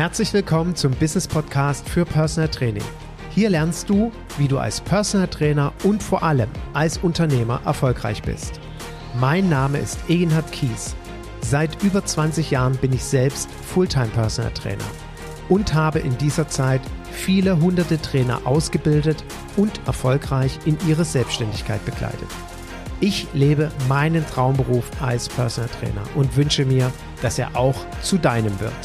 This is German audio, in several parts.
Herzlich willkommen zum Business Podcast für Personal Training. Hier lernst du, wie du als Personal Trainer und vor allem als Unternehmer erfolgreich bist. Mein Name ist Eginhard Kies. Seit über 20 Jahren bin ich selbst Fulltime Personal Trainer und habe in dieser Zeit viele hunderte Trainer ausgebildet und erfolgreich in ihre Selbstständigkeit begleitet. Ich lebe meinen Traumberuf als Personal Trainer und wünsche mir, dass er auch zu deinem wird.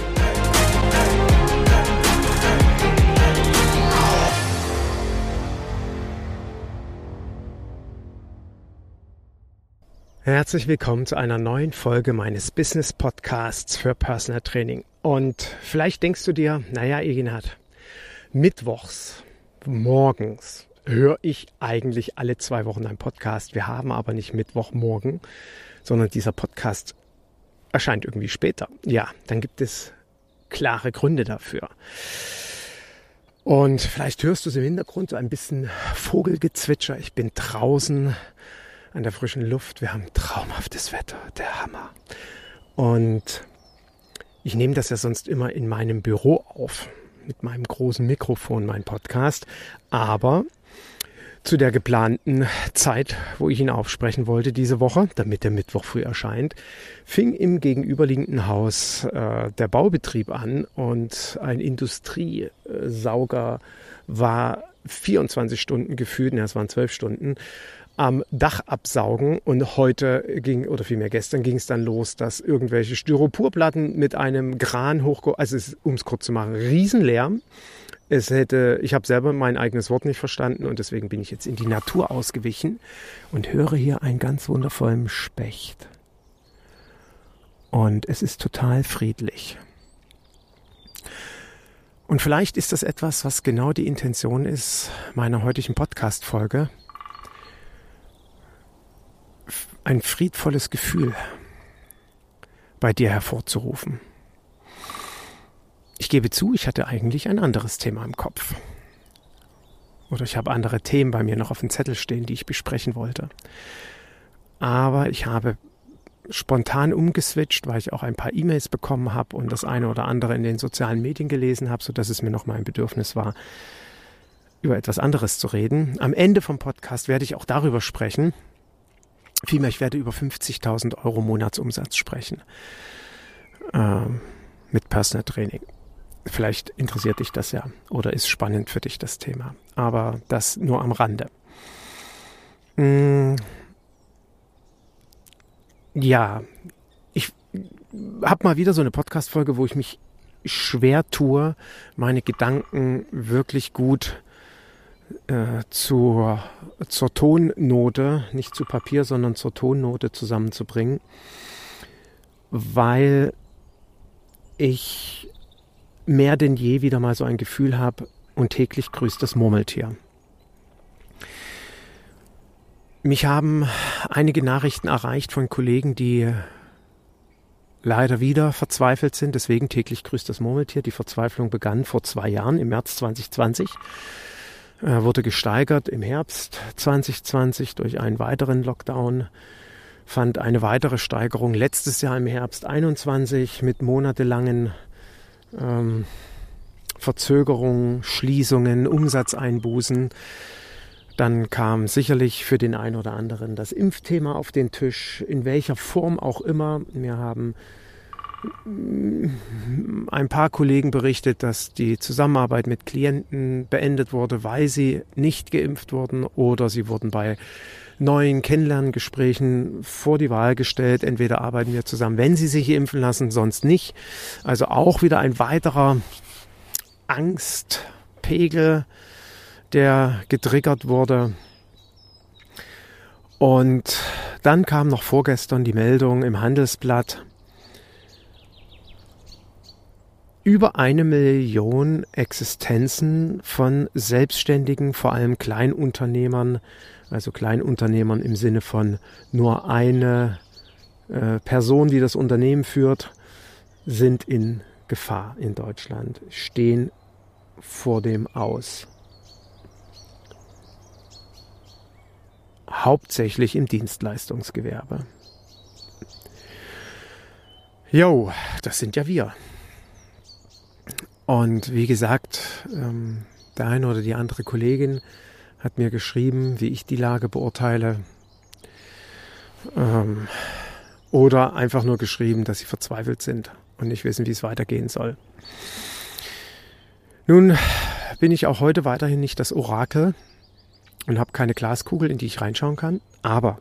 Herzlich willkommen zu einer neuen Folge meines Business Podcasts für Personal Training. Und vielleicht denkst du dir, naja, Eginhard, mittwochs, morgens höre ich eigentlich alle 2 Wochen einen Podcast. Wir haben aber nicht Mittwochmorgen, sondern dieser Podcast erscheint irgendwie später. Ja, dann gibt es klare Gründe dafür. Und vielleicht hörst du es im Hintergrund, so ein bisschen Vogelgezwitscher. Ich bin draußen an der frischen Luft. Wir haben traumhaftes Wetter, der Hammer. Und ich nehme das ja sonst immer in meinem Büro auf, mit meinem großen Mikrofon, mein Podcast. Aber zu der geplanten Zeit, wo ich ihn aufsprechen wollte diese Woche, damit der Mittwoch früh erscheint, fing im gegenüberliegenden Haus der Baubetrieb an und ein Industriesauger war 24 Stunden gefühlt, es waren 12 Stunden, am Dach absaugen, und heute gestern ging es dann los, dass irgendwelche Styroporplatten mit einem Kran also um es kurz zu machen, Riesenlärm. Ich habe selber mein eigenes Wort nicht verstanden und deswegen bin ich jetzt in die Natur ausgewichen und höre hier einen ganz wundervollen Specht. Und es ist total friedlich. Und vielleicht ist das etwas, was genau die Intention ist meiner heutigen Podcast-Folge. Ein friedvolles Gefühl bei dir hervorzurufen. Ich gebe zu, ich hatte eigentlich ein anderes Thema im Kopf. Oder ich habe andere Themen bei mir noch auf dem Zettel stehen, die ich besprechen wollte. Aber ich habe spontan umgeswitcht, weil ich auch ein paar E-Mails bekommen habe und das eine oder andere in den sozialen Medien gelesen habe, sodass es mir noch mal ein Bedürfnis war, über etwas anderes zu reden. Am Ende vom Podcast werde ich auch darüber sprechen. Vielmehr, ich werde über 50.000 Euro Monatsumsatz sprechen mit Personal Training. Vielleicht interessiert dich das ja oder ist spannend für dich das Thema. Aber das nur am Rande. Ja, ich habe mal wieder so eine Podcast-Folge, wo ich mich schwer tue, meine Gedanken wirklich gut zur Tonnote, nicht zu Papier, sondern zur Tonnote zusammenzubringen, weil ich mehr denn je wieder mal so ein Gefühl habe, und täglich grüßt das Murmeltier. Mich haben einige Nachrichten erreicht von Kollegen, die leider wieder verzweifelt sind, deswegen täglich grüßt das Murmeltier. Die Verzweiflung begann vor 2 Jahren, im März 2020. Wurde gesteigert im Herbst 2020 durch einen weiteren Lockdown, fand eine weitere Steigerung letztes Jahr im Herbst 2021 mit monatelangen Verzögerungen, Schließungen, Umsatzeinbußen. Dann kam sicherlich für den einen oder anderen das Impfthema auf den Tisch, in welcher Form auch immer. Wir haben ein paar Kollegen berichtet, dass die Zusammenarbeit mit Klienten beendet wurde, weil sie nicht geimpft wurden, oder sie wurden bei neuen Kennenlerngesprächen vor die Wahl gestellt. Entweder arbeiten wir zusammen, wenn sie sich impfen lassen, sonst nicht. Also auch wieder ein weiterer Angstpegel, der getriggert wurde. Und dann kam noch vorgestern die Meldung im Handelsblatt, über 1 Million Existenzen von Selbstständigen, vor allem Kleinunternehmern, also Kleinunternehmern im Sinne von nur eine Person, die das Unternehmen führt, sind in Gefahr in Deutschland, stehen vor dem Aus. Hauptsächlich im Dienstleistungsgewerbe. Jo, das sind ja wir. Und wie gesagt, der eine oder die andere Kollegin hat mir geschrieben, wie ich die Lage beurteile. Oder einfach nur geschrieben, dass sie verzweifelt sind und nicht wissen, wie es weitergehen soll. Nun bin ich auch heute weiterhin nicht das Orakel und habe keine Glaskugel, in die ich reinschauen kann. Aber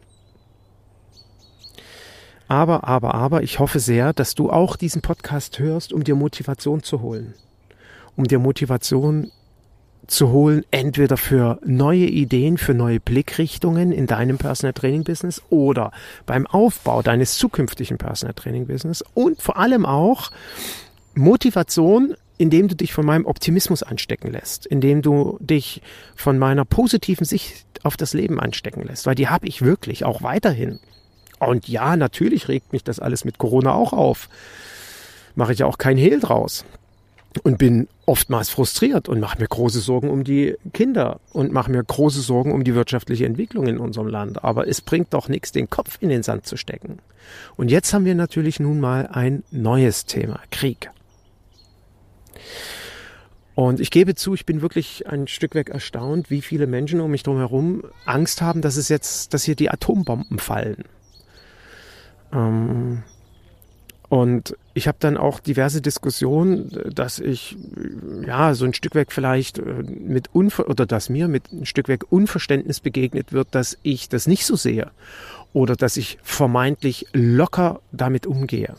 ich hoffe sehr, dass du auch diesen Podcast hörst, um dir Motivation zu holen. Um dir Motivation zu holen, entweder für neue Ideen, für neue Blickrichtungen in deinem Personal Training Business oder beim Aufbau deines zukünftigen Personal Training Business und vor allem auch Motivation, indem du dich von meinem Optimismus anstecken lässt, indem du dich von meiner positiven Sicht auf das Leben anstecken lässt, weil die habe ich wirklich auch weiterhin. Und ja, natürlich regt mich das alles mit Corona auch auf. Mache ich ja auch kein Hehl draus. Und bin oftmals frustriert und mache mir große Sorgen um die Kinder und mache mir große Sorgen um die wirtschaftliche Entwicklung in unserem Land. Aber es bringt doch nichts, den Kopf in den Sand zu stecken. Und jetzt haben wir natürlich nun mal ein neues Thema, Krieg. Und ich gebe zu, ich bin wirklich ein Stück weg erstaunt, wie viele Menschen um mich herum Angst haben, dass hier die Atombomben fallen. Und ich habe dann auch diverse Diskussionen, dass ich so ein Stück weg vielleicht dass mir mit ein Stück weg Unverständnis begegnet wird, dass ich das nicht so sehe oder dass ich vermeintlich locker damit umgehe.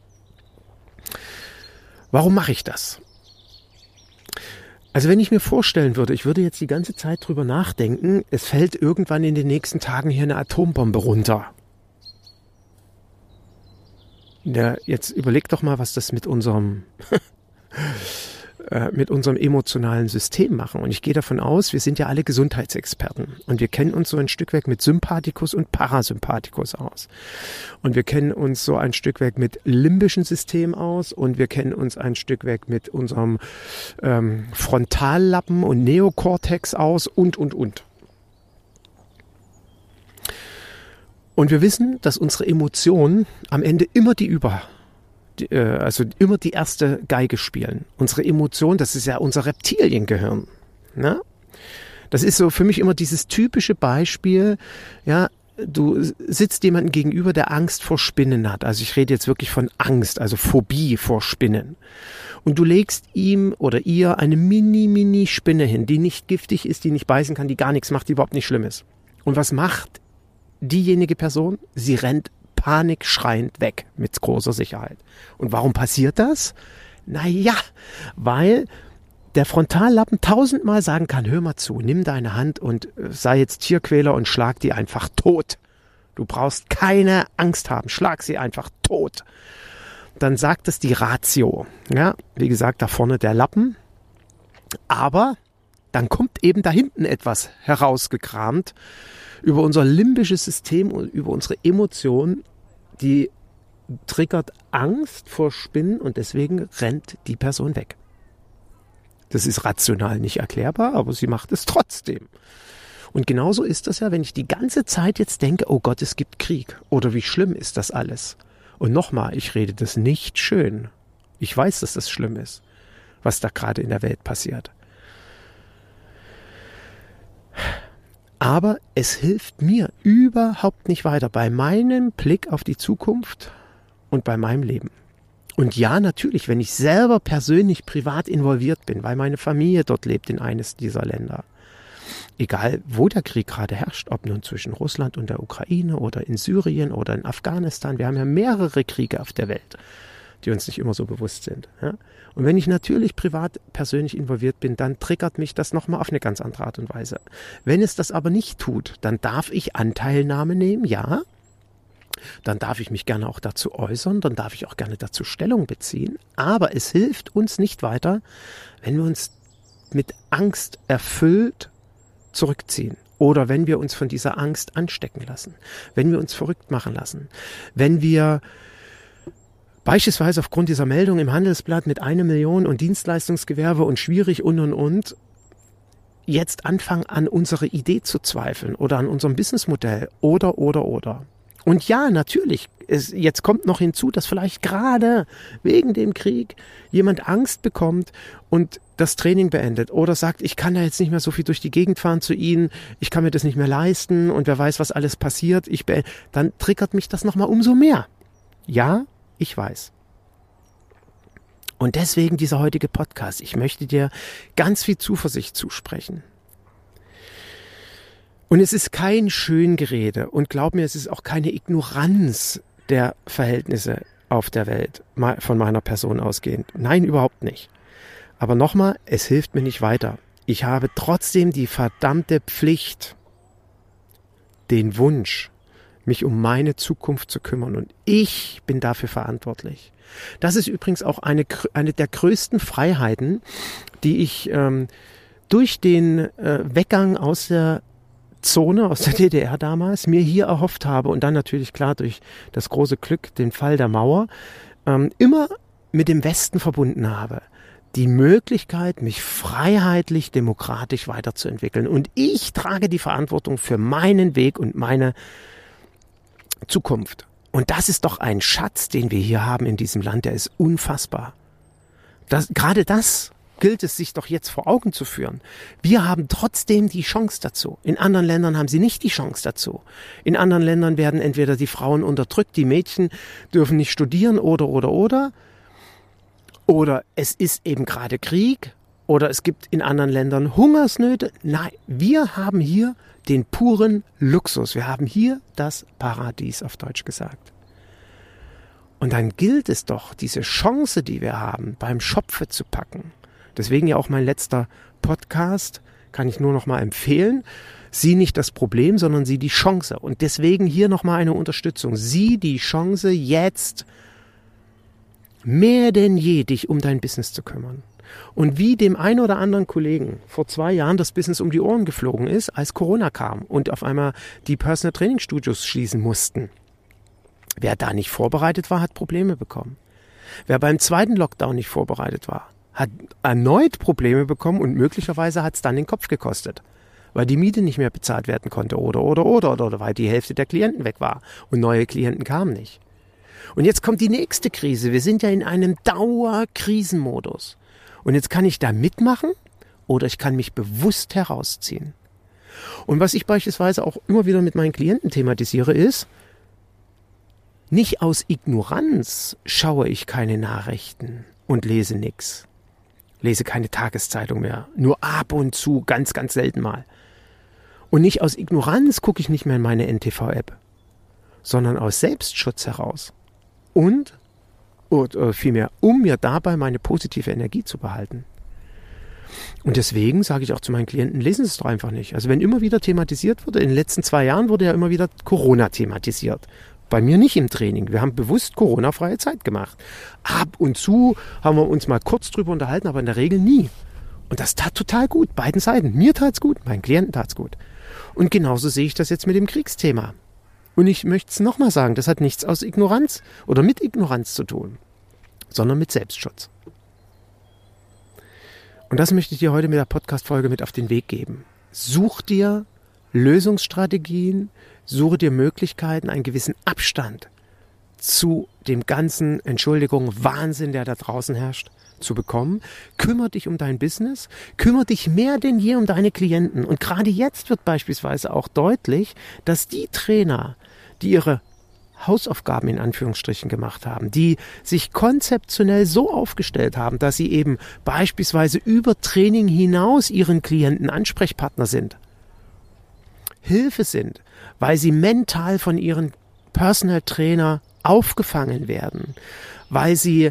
Warum mache ich das? Also wenn ich mir vorstellen würde, ich würde jetzt die ganze Zeit drüber nachdenken, es fällt irgendwann in den nächsten Tagen hier eine Atombombe runter. Ja, jetzt überleg doch mal, was das mit unserem emotionalen System machen. Und ich gehe davon aus, wir sind ja alle Gesundheitsexperten und wir kennen uns so ein Stück weg mit Sympathikus und Parasympathikus aus. Und wir kennen uns so ein Stück weg mit limbischen System aus und wir kennen uns ein Stück weg mit unserem Frontallappen und Neokortex aus und. Und wir wissen, dass unsere Emotionen am Ende immer immer die erste Geige spielen. Unsere Emotionen, das ist ja unser Reptiliengehirn. Ne? Das ist so für mich immer dieses typische Beispiel, ja, du sitzt jemandem gegenüber, der Angst vor Spinnen hat. Also ich rede jetzt wirklich von Angst, also Phobie vor Spinnen. Und du legst ihm oder ihr eine Mini-Spinne hin, die nicht giftig ist, die nicht beißen kann, die gar nichts macht, die überhaupt nicht schlimm ist. Und was macht diejenige Person? Sie rennt panikschreiend weg mit großer Sicherheit. Und warum passiert das? Naja, weil der Frontallappen 1000-mal sagen kann, hör mal zu, nimm deine Hand und sei jetzt Tierquäler und schlag die einfach tot. Du brauchst keine Angst haben, schlag sie einfach tot. Dann sagt es die Ratio. Ja, wie gesagt, da vorne der Lappen. Aber dann kommt eben da hinten etwas herausgekramt über unser limbisches System und über unsere Emotionen, die triggert Angst vor Spinnen und deswegen rennt die Person weg. Das ist rational nicht erklärbar, aber sie macht es trotzdem. Und genauso ist das ja, wenn ich die ganze Zeit jetzt denke, oh Gott, es gibt Krieg oder wie schlimm ist das alles. Und nochmal, ich rede das nicht schön. Ich weiß, dass das schlimm ist, was da gerade in der Welt passiert. Aber es hilft mir überhaupt nicht weiter bei meinem Blick auf die Zukunft und bei meinem Leben. Und ja, natürlich, wenn ich selber persönlich privat involviert bin, weil meine Familie dort lebt in eines dieser Länder, egal wo der Krieg gerade herrscht, ob nun zwischen Russland und der Ukraine oder in Syrien oder in Afghanistan, wir haben ja mehrere Kriege auf der Welt, die uns nicht immer so bewusst sind. Ja? Und wenn ich natürlich privat persönlich involviert bin, dann triggert mich das nochmal auf eine ganz andere Art und Weise. Wenn es das aber nicht tut, dann darf ich Anteilnahme nehmen, ja. Dann darf ich mich gerne auch dazu äußern, dann darf ich auch gerne dazu Stellung beziehen. Aber es hilft uns nicht weiter, wenn wir uns mit Angst erfüllt zurückziehen. Oder wenn wir uns von dieser Angst anstecken lassen. Wenn wir uns verrückt machen lassen. Wenn wir beispielsweise aufgrund dieser Meldung im Handelsblatt mit 1 Million und Dienstleistungsgewerbe und schwierig und jetzt anfangen, an unsere Idee zu zweifeln oder an unserem Businessmodell oder. Und ja, natürlich, jetzt kommt noch hinzu, dass vielleicht gerade wegen dem Krieg jemand Angst bekommt und das Training beendet oder sagt, ich kann da jetzt nicht mehr so viel durch die Gegend fahren zu Ihnen, ich kann mir das nicht mehr leisten und wer weiß, was alles passiert, dann triggert mich das nochmal umso mehr. Ja, ich weiß. Und deswegen dieser heutige Podcast. Ich möchte dir ganz viel Zuversicht zusprechen. Und es ist kein Schöngerede und glaub mir, es ist auch keine Ignoranz der Verhältnisse auf der Welt von meiner Person ausgehend. Nein, überhaupt nicht. Aber nochmal, es hilft mir nicht weiter. Ich habe trotzdem die verdammte Pflicht, den Wunsch, mich um meine Zukunft zu kümmern. Und ich bin dafür verantwortlich. Das ist übrigens auch eine der größten Freiheiten, die ich durch den Weggang aus der Zone, aus der DDR damals, mir hier erhofft habe und dann natürlich klar durch das große Glück, den Fall der Mauer, immer mit dem Westen verbunden habe. Die Möglichkeit, mich freiheitlich, demokratisch weiterzuentwickeln. Und ich trage die Verantwortung für meinen Weg und meine Zukunft. Und das ist doch ein Schatz, den wir hier haben in diesem Land, der ist unfassbar. Gerade das gilt es sich doch jetzt vor Augen zu führen. Wir haben trotzdem die Chance dazu. In anderen Ländern haben sie nicht die Chance dazu. In anderen Ländern werden entweder die Frauen unterdrückt, die Mädchen dürfen nicht studieren oder es ist eben gerade Krieg oder es gibt in anderen Ländern Hungersnöte. Nein, wir haben hier den puren Luxus. Wir haben hier das Paradies, auf Deutsch gesagt. Und dann gilt es doch, diese Chance, die wir haben, beim Schopfe zu packen. Deswegen ja auch mein letzter Podcast, kann ich nur noch mal empfehlen. Sieh nicht das Problem, sondern sieh die Chance. Und deswegen hier noch mal eine Unterstützung. Sieh die Chance, jetzt mehr denn je dich um dein Business zu kümmern. Und wie dem einen oder anderen Kollegen vor 2 Jahren das Business um die Ohren geflogen ist, als Corona kam und auf einmal die Personal Training Studios schließen mussten. Wer da nicht vorbereitet war, hat Probleme bekommen. Wer beim zweiten Lockdown nicht vorbereitet war, hat erneut Probleme bekommen und möglicherweise hat es dann den Kopf gekostet, weil die Miete nicht mehr bezahlt werden konnte oder weil die Hälfte der Klienten weg war und neue Klienten kamen nicht. Und jetzt kommt die nächste Krise. Wir sind ja in einem Dauerkrisenmodus. Und jetzt kann ich da mitmachen oder ich kann mich bewusst herausziehen. Und was ich beispielsweise auch immer wieder mit meinen Klienten thematisiere ist, nicht aus Ignoranz schaue ich keine Nachrichten und lese nichts. Lese keine Tageszeitung mehr, nur ab und zu, ganz, ganz selten mal. Und nicht aus Ignoranz gucke ich nicht mehr in meine NTV-App, sondern aus Selbstschutz heraus. Oder vielmehr, um mir dabei meine positive Energie zu behalten. Und deswegen sage ich auch zu meinen Klienten, lesen Sie es doch einfach nicht. Also wenn immer wieder thematisiert wurde, in den letzten 2 Jahren wurde ja immer wieder Corona thematisiert. Bei mir nicht im Training. Wir haben bewusst Corona-freie Zeit gemacht. Ab und zu haben wir uns mal kurz drüber unterhalten, aber in der Regel nie. Und das tat total gut, beiden Seiten. Mir tat's gut, meinen Klienten tat's gut. Und genauso sehe ich das jetzt mit dem Kriegsthema. Und ich möchte es nochmal sagen, das hat nichts aus Ignoranz oder mit Ignoranz zu tun, sondern mit Selbstschutz. Und das möchte ich dir heute mit der Podcast-Folge mit auf den Weg geben. Such dir Lösungsstrategien, suche dir Möglichkeiten, einen gewissen Abstand zu dem ganzen, Wahnsinn, der da draußen herrscht, zu bekommen. Kümmere dich um dein Business, kümmere dich mehr denn je um deine Klienten. Und gerade jetzt wird beispielsweise auch deutlich, dass die Trainer, die ihre Hausaufgaben in Anführungsstrichen gemacht haben, die sich konzeptionell so aufgestellt haben, dass sie eben beispielsweise über Training hinaus ihren Klienten Ansprechpartner sind, Hilfe sind, weil sie mental von ihren Personal Trainer aufgefangen werden, weil sie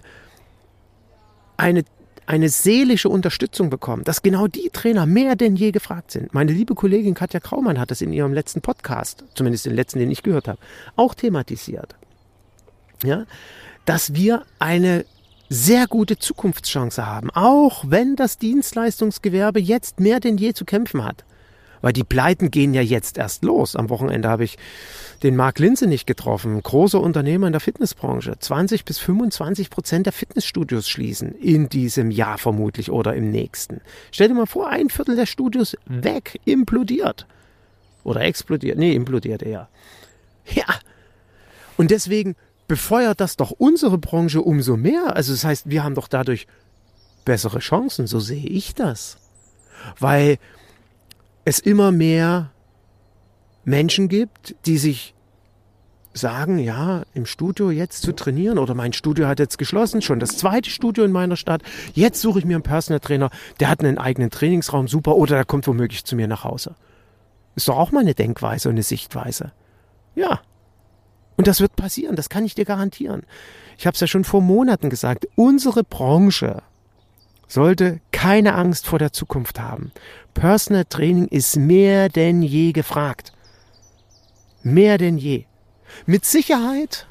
eine seelische Unterstützung bekommen, dass genau die Trainer mehr denn je gefragt sind. Meine liebe Kollegin Katja Kraumann hat das in ihrem letzten Podcast, zumindest den letzten, den ich gehört habe, auch thematisiert. Ja, dass wir eine sehr gute Zukunftschance haben, auch wenn das Dienstleistungsgewerbe jetzt mehr denn je zu kämpfen hat. Weil die Pleiten gehen ja jetzt erst los. Am Wochenende habe ich den Marc Linse nicht getroffen, großer Unternehmer in der Fitnessbranche. 20-25% der Fitnessstudios schließen in diesem Jahr vermutlich oder im nächsten. Stell dir mal vor, 1/4 der Studios weg, implodiert. Oder explodiert, nee, implodiert eher. Ja, Und deswegen befeuert das doch unsere Branche umso mehr. Also das heißt, wir haben doch dadurch bessere Chancen, so sehe ich das. Weil es immer mehr Menschen gibt, die sich sagen, ja, im Studio jetzt zu trainieren oder mein Studio hat jetzt geschlossen, schon das 2. Studio in meiner Stadt, jetzt suche ich mir einen Personal Trainer, der hat einen eigenen Trainingsraum, super, oder der kommt womöglich zu mir nach Hause. Ist doch auch mal eine Denkweise und eine Sichtweise. Ja, und das wird passieren, das kann ich dir garantieren. Ich habe es ja schon vor Monaten gesagt, unsere Branche sollte keine Angst vor der Zukunft haben. Personal Training ist mehr denn je gefragt. Mehr denn je. Mit Sicherheit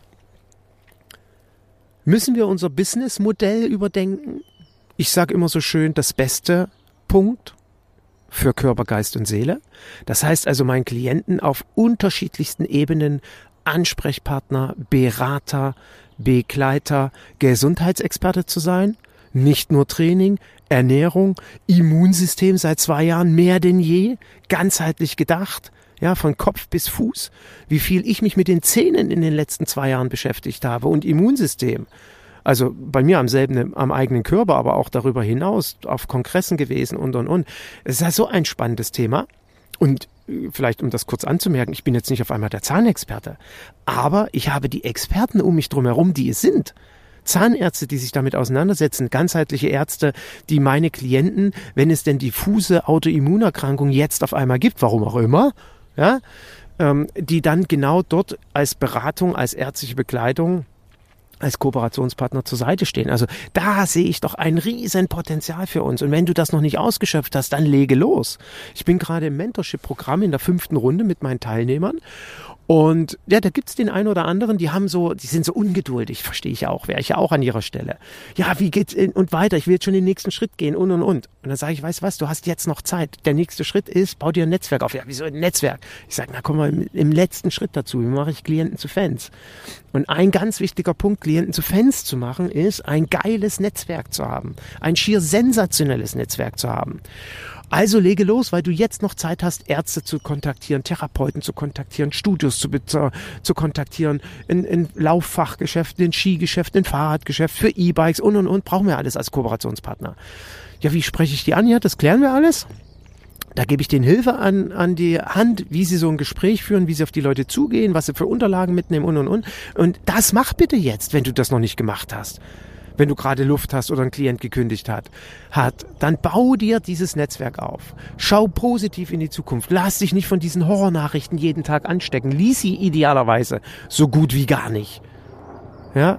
müssen wir unser Businessmodell überdenken. Ich sage immer so schön, das beste Punkt für Körper, Geist und Seele. Das heißt also, meinen Klienten auf unterschiedlichsten Ebenen Ansprechpartner, Berater, Begleiter, Gesundheitsexperte zu sein. Nicht nur Training, Ernährung, Immunsystem seit 2 Jahren mehr denn je, ganzheitlich gedacht. Ja, von Kopf bis Fuß, wie viel ich mich mit den Zähnen in den letzten 2 Jahren beschäftigt habe und Immunsystem. Also bei mir am eigenen Körper, aber auch darüber hinaus, auf Kongressen gewesen und. Es ist ja so ein spannendes Thema. Und vielleicht, um das kurz anzumerken, ich bin jetzt nicht auf einmal der Zahnexperte, aber ich habe die Experten um mich drumherum, die es sind. Zahnärzte, die sich damit auseinandersetzen, ganzheitliche Ärzte, die meine Klienten, wenn es denn diffuse Autoimmunerkrankungen jetzt auf einmal gibt, warum auch immer, ja, die dann genau dort als Beratung, als ärztliche Begleitung, als Kooperationspartner zur Seite stehen. Also da sehe ich doch ein riesen Potenzial für uns. Und wenn du das noch nicht ausgeschöpft hast, dann lege los. Ich bin gerade im Mentorship-Programm in der 5. Runde mit meinen Teilnehmern. Und ja, da gibt's den einen oder anderen, die sind so ungeduldig, verstehe ich auch, wäre ich ja auch an ihrer Stelle. Ja, wie geht's und weiter? Ich will jetzt schon den nächsten Schritt gehen und. Und dann sage ich, weißt du was, du hast jetzt noch Zeit. Der nächste Schritt ist, bau dir ein Netzwerk auf. Ja, wieso ein Netzwerk? Ich sage, na komm mal im letzten Schritt dazu, wie mache ich Klienten zu Fans? Und ein ganz wichtiger Punkt, Klienten zu Fans zu machen, ist, ein geiles Netzwerk zu haben. Ein schier sensationelles Netzwerk zu haben. Also lege los, weil du jetzt noch Zeit hast, Ärzte zu kontaktieren, Therapeuten zu kontaktieren, Studios zu kontaktieren, in Lauffachgeschäften, in Skigeschäften, in Fahrradgeschäft, für E-Bikes und. Brauchen wir alles als Kooperationspartner. Ja, wie spreche ich die an? Ja, das klären wir alles. Da gebe ich denen Hilfe an die Hand, wie sie so ein Gespräch führen, wie sie auf die Leute zugehen, was sie für Unterlagen mitnehmen und. Und das mach bitte jetzt, wenn du das noch nicht gemacht hast. Wenn du gerade Luft hast oder ein Klient gekündigt hat, dann bau dir dieses Netzwerk auf. Schau positiv in die Zukunft. Lass dich nicht von diesen Horrornachrichten jeden Tag anstecken. Lies sie idealerweise so gut wie gar nicht. Ja?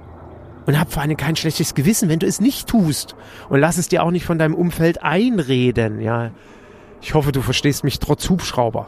Und hab vor allem kein schlechtes Gewissen, wenn du es nicht tust. Und lass es dir auch nicht von deinem Umfeld einreden. Ja? Ich hoffe, du verstehst mich trotz Hubschrauber.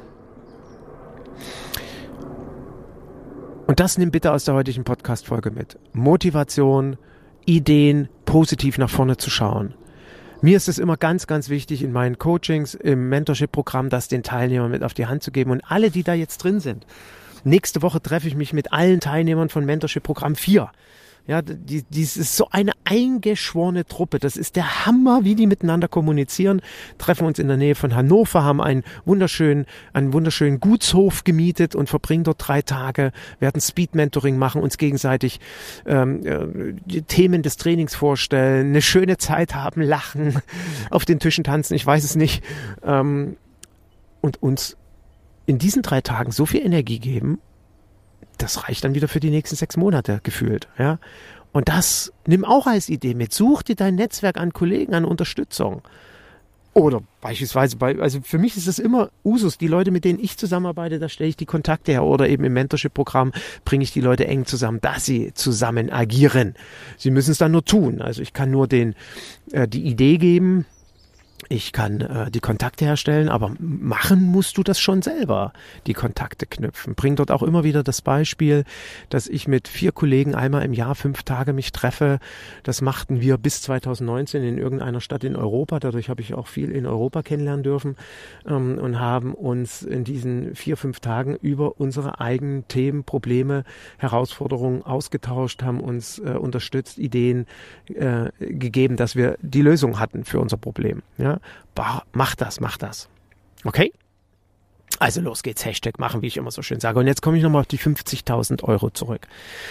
Und das nimm bitte aus der heutigen Podcast-Folge mit. Motivation, Ideen, positiv nach vorne zu schauen. Mir ist es immer ganz, ganz wichtig in meinen Coachings, im Mentorship-Programm, das den Teilnehmern mit auf die Hand zu geben und alle, die da jetzt drin sind. Nächste Woche treffe ich mich mit allen Teilnehmern von Mentorship-Programm 4. Ja, dies ist so eine eingeschworene Truppe. Das ist der Hammer, wie die miteinander kommunizieren. Treffen uns in der Nähe von Hannover, haben einen wunderschönen Gutshof gemietet und verbringen dort 3 Tage, werden Speed-Mentoring machen, uns gegenseitig die Themen des Trainings vorstellen, eine schöne Zeit haben, lachen, auf den Tischen tanzen, ich weiß es nicht. Und uns in diesen 3 Tagen so viel Energie geben, das reicht dann wieder für die nächsten 6 Monate gefühlt, ja. Und das nimm auch als Idee mit. Such dir dein Netzwerk an Kollegen, an Unterstützung. Oder beispielsweise also für mich ist es immer Usus, die Leute, mit denen ich zusammenarbeite, da stelle ich die Kontakte her. Oder eben im Mentorship-Programm bringe ich die Leute eng zusammen, dass sie zusammen agieren. Sie müssen es dann nur tun. Also ich kann nur die Idee geben, ich kann die Kontakte herstellen, aber machen musst du das schon selber, die Kontakte knüpfen. Bring dort auch immer wieder das Beispiel, dass ich mit 4 Kollegen einmal im Jahr 5 Tage mich treffe. Das machten wir bis 2019 in irgendeiner Stadt in Europa. Dadurch habe ich auch viel in Europa kennenlernen dürfen und haben uns in diesen 4-5 Tagen über unsere eigenen Themen, Probleme, Herausforderungen ausgetauscht, haben uns unterstützt, Ideen gegeben, dass wir die Lösung hatten für unser Problem. Ja, mach das. Okay? Also los geht's, Hashtag machen, wie ich immer so schön sage. Und jetzt komme ich nochmal auf die 50.000 Euro zurück.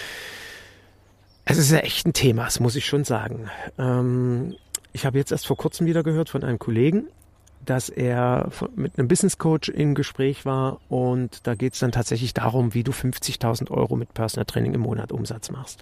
Es ist ja echt ein Thema, das muss ich schon sagen. Ich habe jetzt erst vor kurzem wieder gehört von einem Kollegen, dass er mit einem Business Coach im Gespräch war und da geht es dann tatsächlich darum, wie du 50.000 Euro mit Personal Training im Monat Umsatz machst.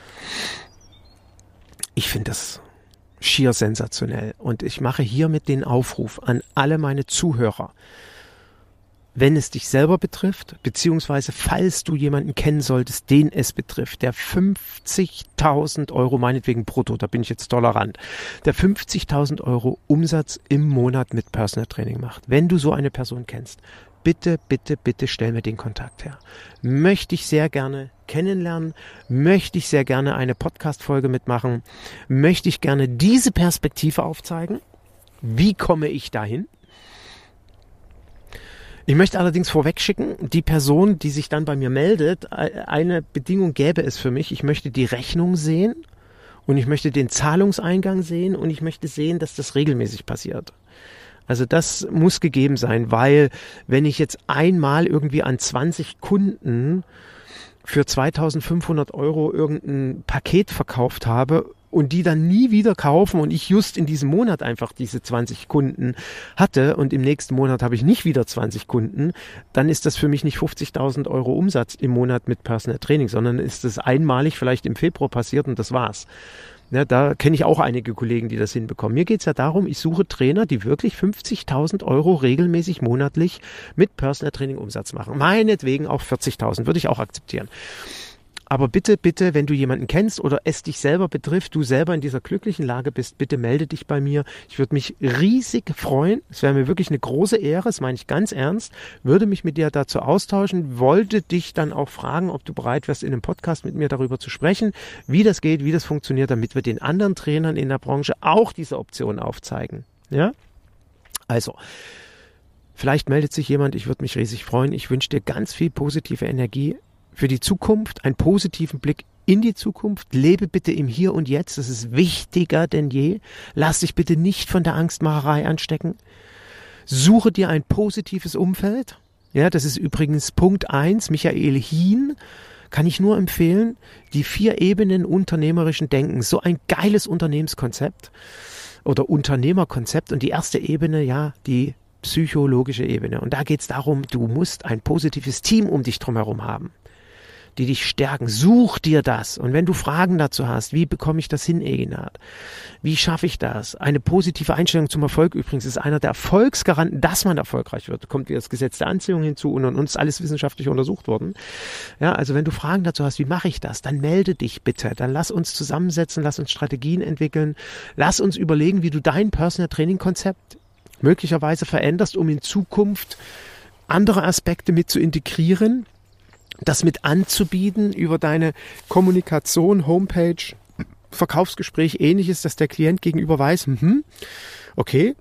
Ich finde das schier sensationell und ich mache hiermit den Aufruf an alle meine Zuhörer. Wenn es dich selber betrifft, beziehungsweise falls du jemanden kennen solltest, den es betrifft, der 50.000 Euro, meinetwegen brutto, da bin ich jetzt tolerant, der 50.000 Euro Umsatz im Monat mit Personal Training macht. Wenn du so eine Person kennst, bitte, bitte, bitte stell mir den Kontakt her. Möchte ich sehr gerne kennenlernen, möchte ich sehr gerne eine Podcast-Folge mitmachen, möchte ich gerne diese Perspektive aufzeigen. Wie komme ich dahin? Ich möchte allerdings vorweg schicken, die Person, die sich dann bei mir meldet, eine Bedingung gäbe es für mich. Ich möchte die Rechnung sehen und ich möchte den Zahlungseingang sehen und ich möchte sehen, dass das regelmäßig passiert. Also das muss gegeben sein, weil wenn ich jetzt einmal irgendwie an 20 Kunden für 2.500 Euro irgendein Paket verkauft habe und die dann nie wieder kaufen und ich just in diesem Monat einfach diese 20 Kunden hatte und im nächsten Monat habe ich nicht wieder 20 Kunden, dann ist das für mich nicht 50.000 Euro Umsatz im Monat mit Personal Training, sondern ist das einmalig vielleicht im Februar passiert und das war's. Ja, da kenne ich auch einige Kollegen, die das hinbekommen. Mir geht es ja darum, ich suche Trainer, die wirklich 50.000 Euro regelmäßig monatlich mit Personal Training Umsatz machen. Meinetwegen auch 40.000, würde ich auch akzeptieren. Aber bitte, bitte, wenn du jemanden kennst oder es dich selber betrifft, du selber in dieser glücklichen Lage bist, bitte melde dich bei mir. Ich würde mich riesig freuen. Es wäre mir wirklich eine große Ehre, das meine ich ganz ernst. Würde mich mit dir dazu austauschen, wollte dich dann auch fragen, ob du bereit wärst, in einem Podcast mit mir darüber zu sprechen, wie das geht, wie das funktioniert, damit wir den anderen Trainern in der Branche auch diese Option aufzeigen. Ja? Also, vielleicht meldet sich jemand, ich würde mich riesig freuen. Ich wünsche dir ganz viel positive Energie für die Zukunft, einen positiven Blick in die Zukunft. Lebe bitte im Hier und Jetzt, das ist wichtiger denn je. Lass dich bitte nicht von der Angstmacherei anstecken. Suche dir ein positives Umfeld. Ja, das ist übrigens Punkt 1, Michael Hien, kann ich nur empfehlen. Die 4 Ebenen unternehmerischen Denkens, so ein geiles Unternehmenskonzept oder Unternehmerkonzept. Und die erste Ebene, ja, die psychologische Ebene. Und da geht es darum, du musst ein positives Team um dich drumherum haben, die dich stärken. Such dir das. Und wenn du Fragen dazu hast, wie bekomme ich das hin, Eginhard? Wie schaffe ich das? Eine positive Einstellung zum Erfolg übrigens ist einer der Erfolgsgaranten, dass man erfolgreich wird. Kommt wieder das Gesetz der Anziehung hinzu und uns alles wissenschaftlich untersucht worden. Ja, also wenn du Fragen dazu hast, wie mache ich das? Dann melde dich bitte. Dann lass uns zusammensetzen, lass uns Strategien entwickeln. Lass uns überlegen, wie du dein Personal Training Konzept möglicherweise veränderst, um in Zukunft andere Aspekte mit zu integrieren, das mit anzubieten über deine Kommunikation, Homepage, Verkaufsgespräch, ähnliches, dass der Klient gegenüber weiß, okay,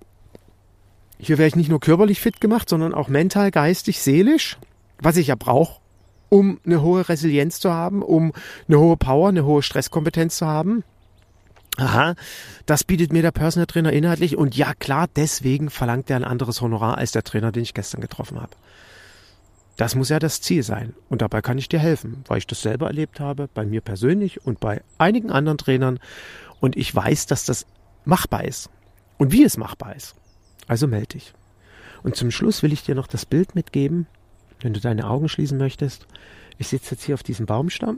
hier wäre ich nicht nur körperlich fit gemacht, sondern auch mental, geistig, seelisch, was ich ja brauche, um eine hohe Resilienz zu haben, um eine hohe Power, eine hohe Stresskompetenz zu haben. Aha, das bietet mir der Personal Trainer inhaltlich und ja klar, deswegen verlangt er ein anderes Honorar als der Trainer, den ich gestern getroffen habe. Das muss ja das Ziel sein und dabei kann ich dir helfen, weil ich das selber erlebt habe, bei mir persönlich und bei einigen anderen Trainern und ich weiß, dass das machbar ist und wie es machbar ist. Also melde dich. Und zum Schluss will ich dir noch das Bild mitgeben, wenn du deine Augen schließen möchtest. Ich sitze jetzt hier auf diesem Baumstamm,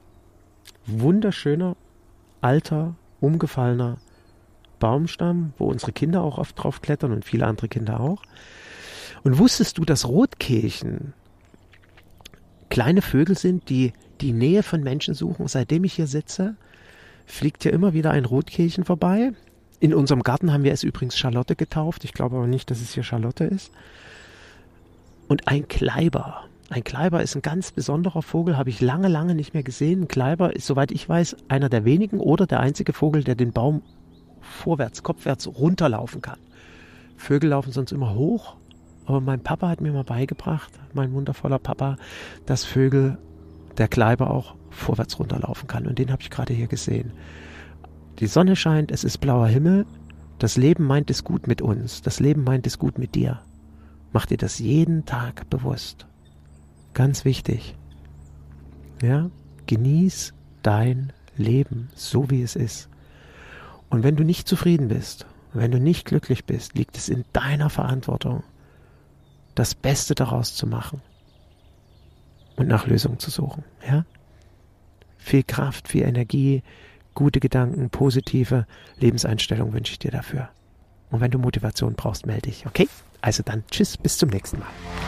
wunderschöner, alter, umgefallener Baumstamm, wo unsere Kinder auch oft drauf klettern und viele andere Kinder auch. Und wusstest du, dass Rotkehlchen kleine Vögel sind, die die Nähe von Menschen suchen? Seitdem ich hier sitze, fliegt hier immer wieder ein Rotkehlchen vorbei. In unserem Garten haben wir es übrigens Charlotte getauft. Ich glaube aber nicht, dass es hier Charlotte ist. Und ein Kleiber. Ein Kleiber ist ein ganz besonderer Vogel, habe ich lange, lange nicht mehr gesehen. Ein Kleiber ist, soweit ich weiß, einer der wenigen oder der einzige Vogel, der den Baum vorwärts, kopfwärts runterlaufen kann. Vögel laufen sonst immer hoch, aber mein Papa hat mir mal beigebracht, mein wundervoller Papa, dass Vögel, der Kleiber auch vorwärts runterlaufen kann. Und den habe ich gerade hier gesehen. Die Sonne scheint, es ist blauer Himmel. Das Leben meint es gut mit uns. Das Leben meint es gut mit dir. Mach dir das jeden Tag bewusst. Ganz wichtig. Ja, genieß dein Leben, so wie es ist. Und wenn du nicht zufrieden bist, wenn du nicht glücklich bist, liegt es in deiner Verantwortung, das Beste daraus zu machen und nach Lösungen zu suchen. Ja? Viel Kraft, viel Energie, gute Gedanken, positive Lebenseinstellung wünsche ich dir dafür. Und wenn du Motivation brauchst, melde dich. Okay? Also dann tschüss, bis zum nächsten Mal.